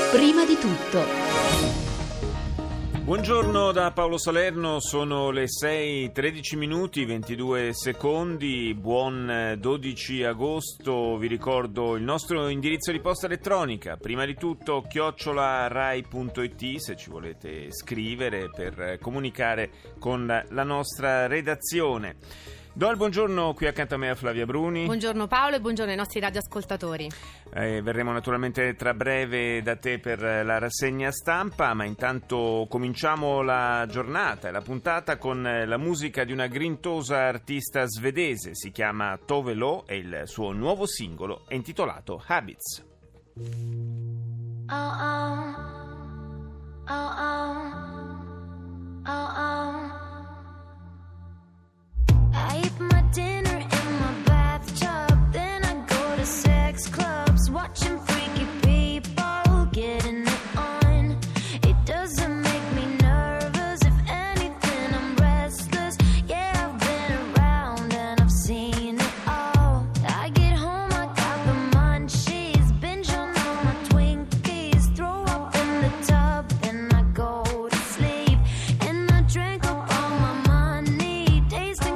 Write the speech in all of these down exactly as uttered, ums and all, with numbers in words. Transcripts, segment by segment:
Prima di tutto. Buongiorno da Paolo Salerno, sono le sei e tredici minuti, ventidue secondi, buon dodici agosto, vi ricordo il nostro indirizzo di posta elettronica, prima di tutto chiocciola rai punto it se ci volete scrivere per comunicare con la nostra redazione. Do il buongiorno qui accanto a me a Flavia Bruni. Buongiorno Paolo e buongiorno ai nostri radioascoltatori. Eh, verremo naturalmente tra breve da te per la rassegna stampa, ma intanto cominciamo la giornata e la puntata con la musica di una grintosa artista svedese. Si chiama Tove Lo e il suo nuovo singolo è intitolato Habits. Oh oh, oh oh, oh oh. I eat my dinner in my bathtub, then I go to sex clubs, watching freaky people getting it on. It doesn't make me nervous, if anything I'm restless. Yeah, I've been around and I've seen it all. I get home, I got the munchies, binge on all my Twinkies, throw up in the tub, then I go to sleep, and I drank up all my money, tasting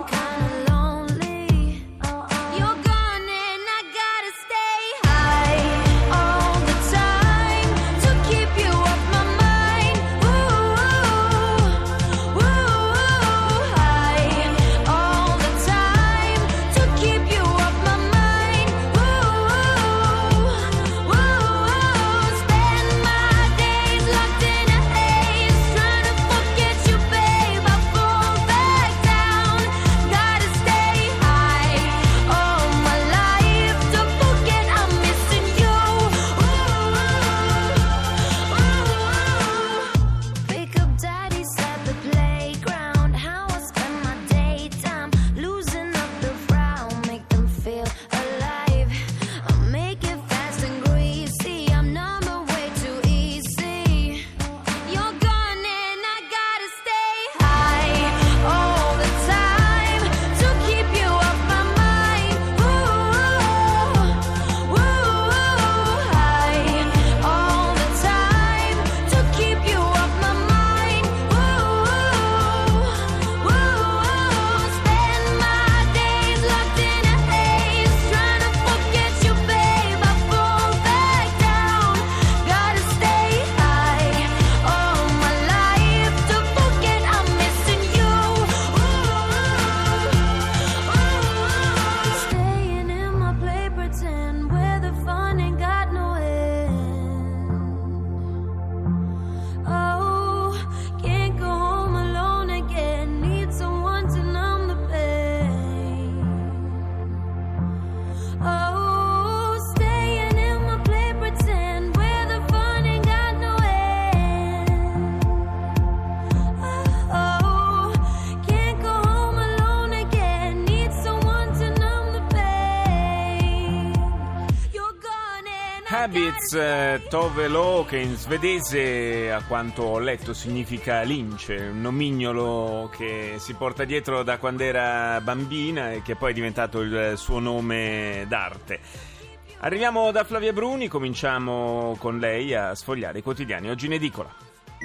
Habits, Tove Lo, che in svedese, a quanto ho letto, significa lince, un nomignolo che si porta dietro da quando era bambina e che poi è diventato il suo nome d'arte. Arriviamo da Flavia Bruni, cominciamo con lei a sfogliare i quotidiani oggi in edicola.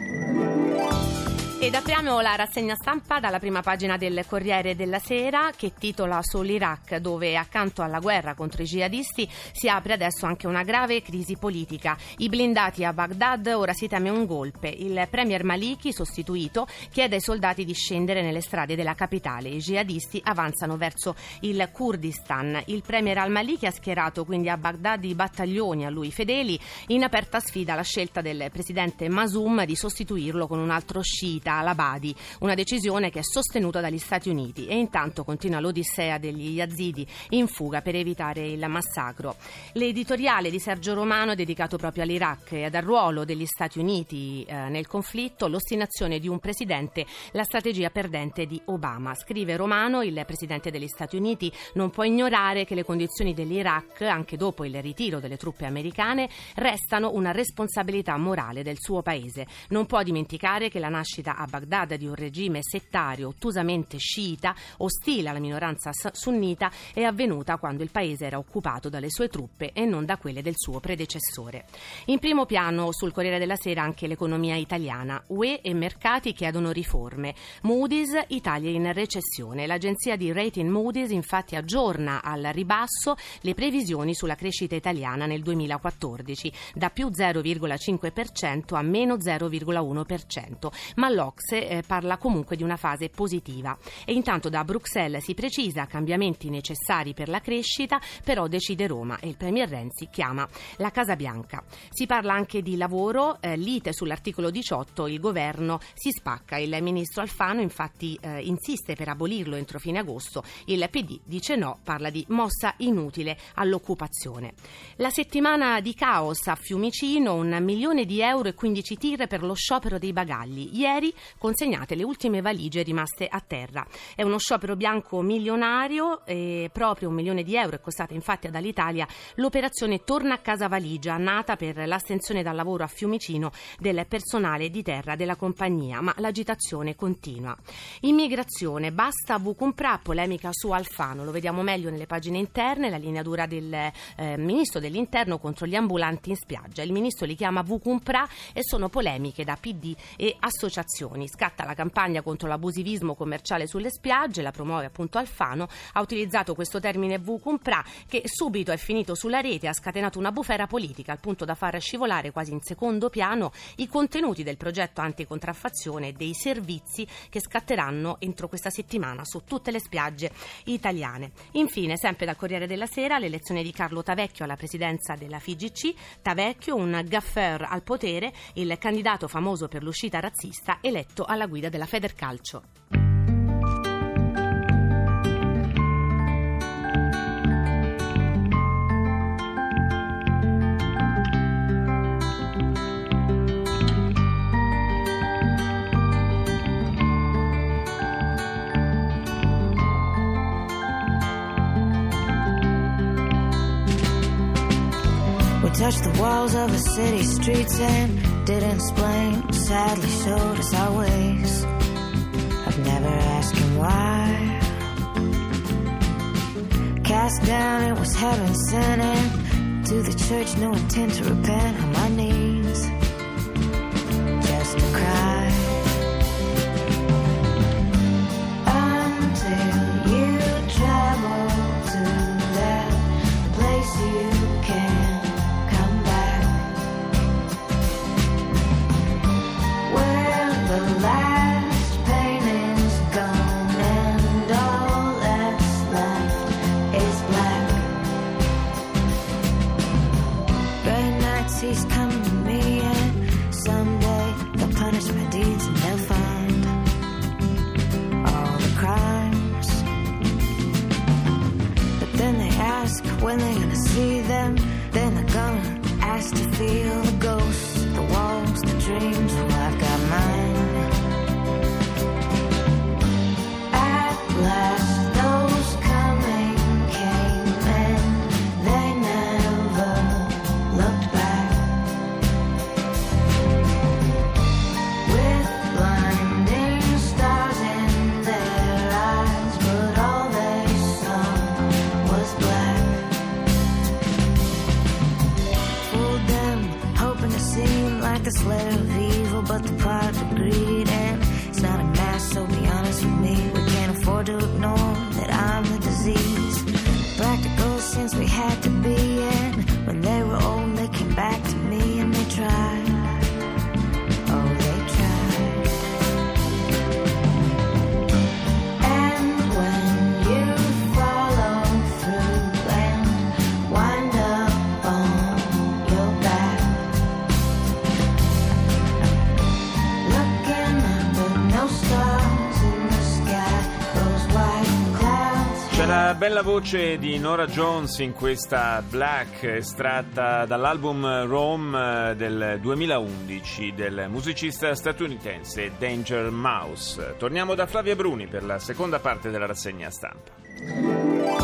Ed apriamo la rassegna stampa dalla prima pagina del Corriere della Sera, che titola sull'Iraq, dove accanto alla guerra contro i jihadisti si apre adesso anche una grave crisi politica. I blindati a Baghdad, ora si teme un golpe. Il premier Maliki, sostituito, chiede ai soldati di scendere nelle strade della capitale. I jihadisti avanzano verso il Kurdistan. Il premier al-Maliki ha schierato quindi a Baghdad i battaglioni a lui fedeli, in aperta sfida alla scelta del presidente Masum di sostituirlo con un altro sciita, al-Abadi, una decisione che è sostenuta dagli Stati Uniti. E intanto continua l'odissea degli yazidi in fuga per evitare il massacro. L'editoriale di Sergio Romano è dedicato proprio all'Iraq e al ruolo degli Stati Uniti eh, nel conflitto, l'ostinazione di un presidente, la strategia perdente di Obama. Scrive Romano: il presidente degli Stati Uniti non può ignorare che le condizioni dell'Iraq, anche dopo il ritiro delle truppe americane, restano una responsabilità morale del suo paese. Non può dimenticare che la nascita a Baghdad di un regime settario ottusamente sciita, ostile alla minoranza sunnita, è avvenuta quando il paese era occupato dalle sue truppe e non da quelle del suo predecessore. In primo piano sul Corriere della Sera anche l'economia italiana. U E e mercati chiedono riforme. Moody's, Italia in recessione. L'agenzia di rating Moody's infatti aggiorna al ribasso le previsioni sulla crescita italiana nel duemilaquattordici, da più zero virgola cinque per cento a meno zero virgola uno per cento, ma l'O C S E eh, parla comunque di una fase positiva. E intanto da Bruxelles si precisa cambiamenti necessari per la crescita, però decide Roma e il Premier Renzi chiama la Casa Bianca. Si parla anche di lavoro, eh, lite sull'articolo diciotto, il governo si spacca. Il ministro Alfano infatti eh, insiste per abolirlo entro fine agosto, il P D dice no, parla di mossa inutile all'occupazione. La settimana di caos a Fiumicino, un milione di euro e quindici tir per lo sciopero dei bagagli. Ieri consegnate le ultime valigie rimaste a terra. È uno sciopero bianco milionario e proprio un milione di euro è costata infatti ad Alitalia l'operazione Torna a casa valigia, nata per l'astensione dal lavoro a Fiumicino del personale di terra della compagnia, ma l'agitazione continua. Immigrazione, basta Vucumpra, polemica su Alfano, lo vediamo meglio nelle pagine interne, la linea dura del eh, ministro dell'interno contro gli ambulanti in spiaggia. Il ministro li chiama Vucumpra e sono polemiche da P D e associazioni. Scatta la campagna contro l'abusivismo commerciale sulle spiagge, la promuove appunto Alfano, ha utilizzato questo termine Vucumpra che subito è finito sulla rete e ha scatenato una bufera politica al punto da far scivolare quasi in secondo piano i contenuti del progetto anticontraffazione e dei servizi che scatteranno entro questa settimana su tutte le spiagge italiane. Infine, sempre dal Corriere della Sera, l'elezione di Carlo Tavecchio alla presidenza della F I G C. Tavecchio, un gaffeur al potere, il candidato famoso per l'uscita razzista eletto alla guida della Federcalcio. We touched the walls of a city streets and didn't explain, sadly showed us our ways. I've never asked him why. Cast down, it was heaven sent, and to the church, no intent to repent. On my knees, just to cry. Until you travel to that place you can he's coming to me, and someday they'll punish my deeds and they'll find all the crimes. But then they ask when they're gonna see them. Then they're gonna ask to feel the ghosts, the walls, the dreams. Well, I've got mine. At last those coming came and they never looked back. The slayer of evil, but the product of greed, and it's not a mask, so be honest with me. We can't afford to ignore that I'm the disease. Practical since we had to be, and when they were old, they came back to me and they tried. Oh, they tried. And when you follow through and wind up on your back, c'è la bella voce di Norah Jones in questa Black, estratta dall'album Rome del duemilaundici del musicista statunitense Danger Mouse. Torniamo da Flavia Bruni per la seconda parte della rassegna stampa.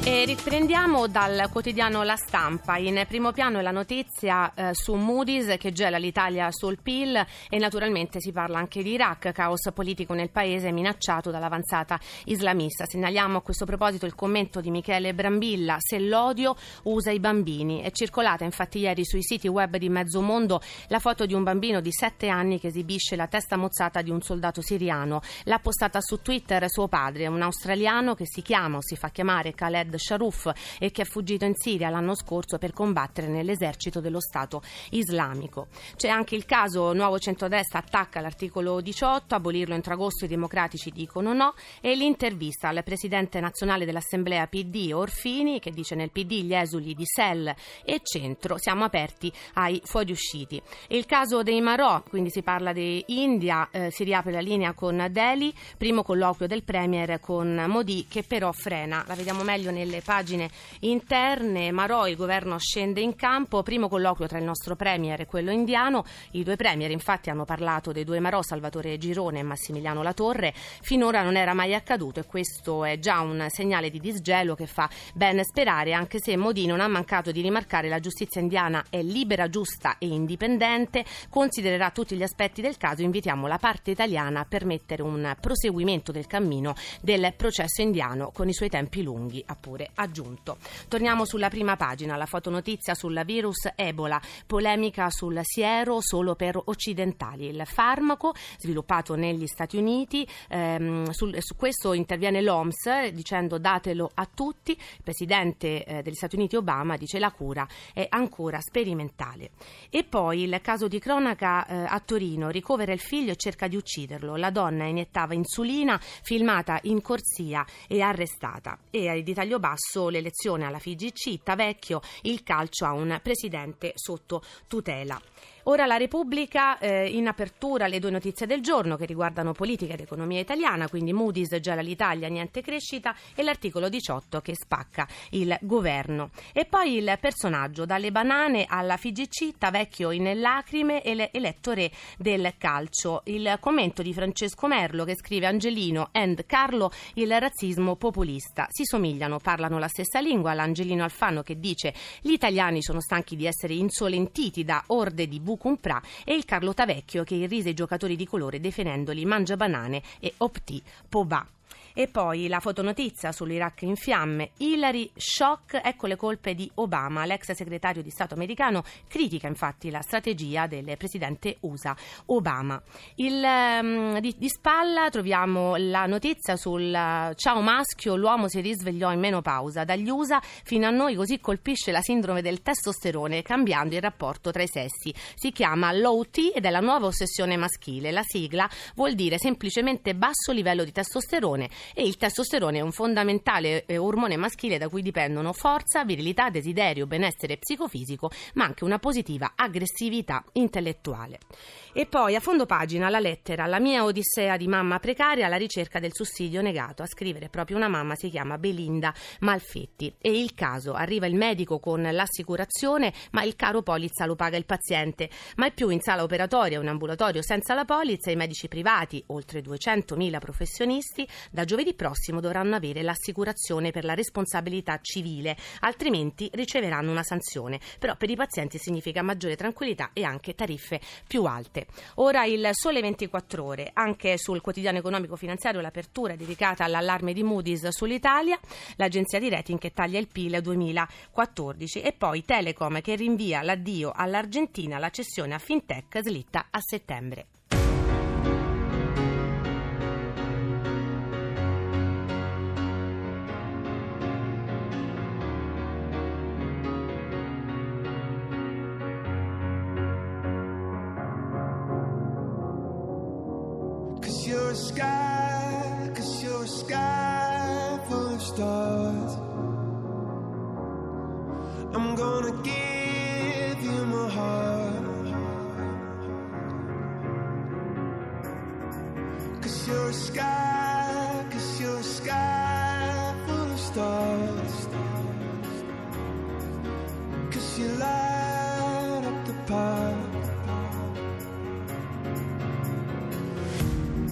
E riprendiamo dal quotidiano La Stampa. In primo piano è la notizia eh, su Moody's che gela l'Italia sul P I L e naturalmente si parla anche di Iraq, caos politico nel paese minacciato dall'avanzata islamista. Segnaliamo a questo proposito il commento di Michele Brambilla: se l'odio usa i bambini. È circolata infatti ieri sui siti web di mezzo mondo la foto di un bambino di sette anni che esibisce la testa mozzata di un soldato siriano. L'ha postata su Twitter suo padre, un australiano che si chiama o si fa chiamare Khaled Sharuf e che è fuggito in Siria l'anno scorso per combattere nell'esercito dello Stato islamico. C'è anche il caso Nuovo Centrodestra attacca l'articolo diciotto, abolirlo entro agosto i democratici dicono no, e l'intervista al presidente nazionale dell'Assemblea P D Orfini che dice: nel P D gli esuli di S E L e centro siamo aperti ai fuoriusciti. E il caso dei Marò, quindi si parla di India, eh, si riapre la linea con Delhi, primo colloquio del premier con Modi che però frena, la vediamo meglio nelle pagine interne. Marò, il governo scende in campo, primo colloquio tra il nostro premier e quello indiano. I due premier infatti hanno parlato dei due Marò, Salvatore Girone e Massimiliano Latorre. Finora non era mai accaduto e questo è già un segnale di disgelo che fa ben sperare, anche se Modi non ha mancato di rimarcare la giustizia indiana è libera, giusta e indipendente, considererà tutti gli aspetti del caso. Invitiamo la parte italiana a permettere un proseguimento del cammino del processo indiano con i suoi tempi lunghi, ha pure aggiunto. Torniamo sulla prima pagina, la fotonotizia sul virus Ebola, polemica sul siero solo per occidentali. Il farmaco sviluppato negli Stati Uniti, ehm, sul, su questo interviene l'O M S dicendo datelo a tutti. Il presidente eh, degli Stati Uniti Obama dice la cura è ancora sperimentale. E poi il caso di cronaca eh, a Torino, ricovera il figlio e cerca di ucciderlo. La donna iniettava insulina, filmata in corsia e arrestata. E di taglio basso l'elezione alla F I G C, Tavecchio, il calcio ha un presidente sotto tutela. Ora la Repubblica, eh, in apertura le due notizie del giorno che riguardano politica ed economia italiana, quindi Moody's gela l'Italia, niente crescita, e l'articolo diciotto che spacca il governo. E poi il personaggio, dalle banane alla F I G C, Tavecchio in lacrime e eletto re del calcio. Il commento di Francesco Merlo che scrive: Angelino and Carlo, il razzismo populista. Si somigliano, parlano la stessa lingua. L'Angelino Alfano che dice gli italiani sono stanchi di essere insolentiti da orde di Bucumprà, e il Carlo Tavecchio che irrise i giocatori di colore definendoli mangiabanane e opti pobà. E poi la fotonotizia sull'Iraq in fiamme, Hillary shock, ecco le colpe di Obama. L'ex segretario di Stato americano critica infatti la strategia del presidente U S A Obama. Il, um, di, di spalla troviamo la notizia sul uh, ciao maschio, l'uomo si risvegliò in menopausa. Dagli U S A fino a noi così colpisce la sindrome del testosterone cambiando il rapporto tra i sessi. Si chiama Low T ed è la nuova ossessione maschile. La sigla vuol dire semplicemente basso livello di testosterone. E il testosterone è un fondamentale eh, ormone maschile da cui dipendono forza, virilità, desiderio, benessere psicofisico, ma anche una positiva aggressività intellettuale. E poi a fondo pagina la lettera, la mia odissea di mamma precaria alla ricerca del sussidio negato. A scrivere proprio una mamma si chiama Belinda Malfetti. E il caso, arriva il medico con l'assicurazione, ma il caro polizza lo paga il paziente. Mai più in sala operatoria un ambulatorio senza la polizza. I medici privati, oltre duecentomila professionisti, da giovedì prossimo dovranno avere l'assicurazione per la responsabilità civile, altrimenti riceveranno una sanzione. Però per i pazienti significa maggiore tranquillità e anche tariffe più alte. Ora il Sole ventiquattro Ore, anche sul quotidiano economico finanziario l'apertura è dedicata all'allarme di Moody's sull'Italia, l'agenzia di rating che taglia il P I L duemilaquattordici, e poi Telecom che rinvia l'addio all'Argentina, la cessione a Fintech slitta a settembre. You're a sky, 'cause you're a sky full of stars. I'm gonna give you my heart, 'cause you're a sky, 'cause you're a sky full of stars, 'cause you light up the park.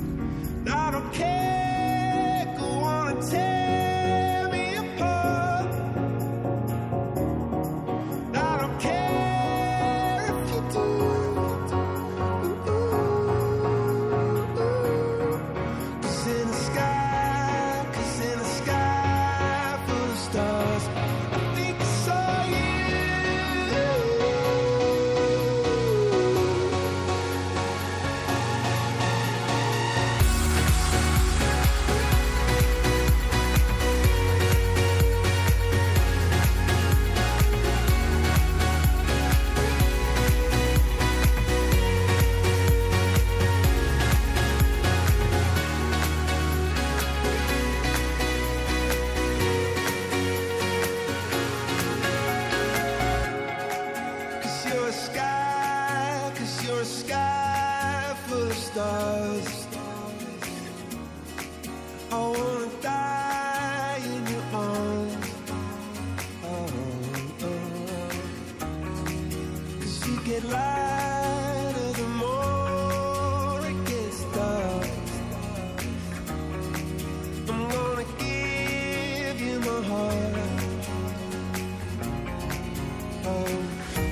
I don't care, go on and tear me apart. get lighter the more it gets dark. I'm gonna give you my heart. Oh.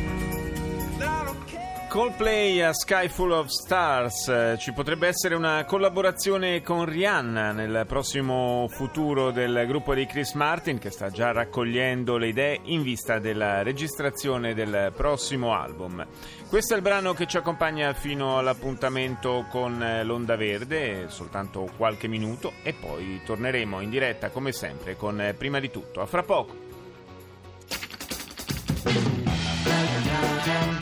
Coldplay a Sky Full of Stars. Ci potrebbe essere una collaborazione con Rihanna nel prossimo futuro del gruppo di Chris Martin, che sta già raccogliendo le idee in vista della registrazione del prossimo album. Questo è il brano che ci accompagna fino all'appuntamento con l'Onda Verde, soltanto qualche minuto, e poi torneremo in diretta come sempre con Prima di Tutto. A fra poco.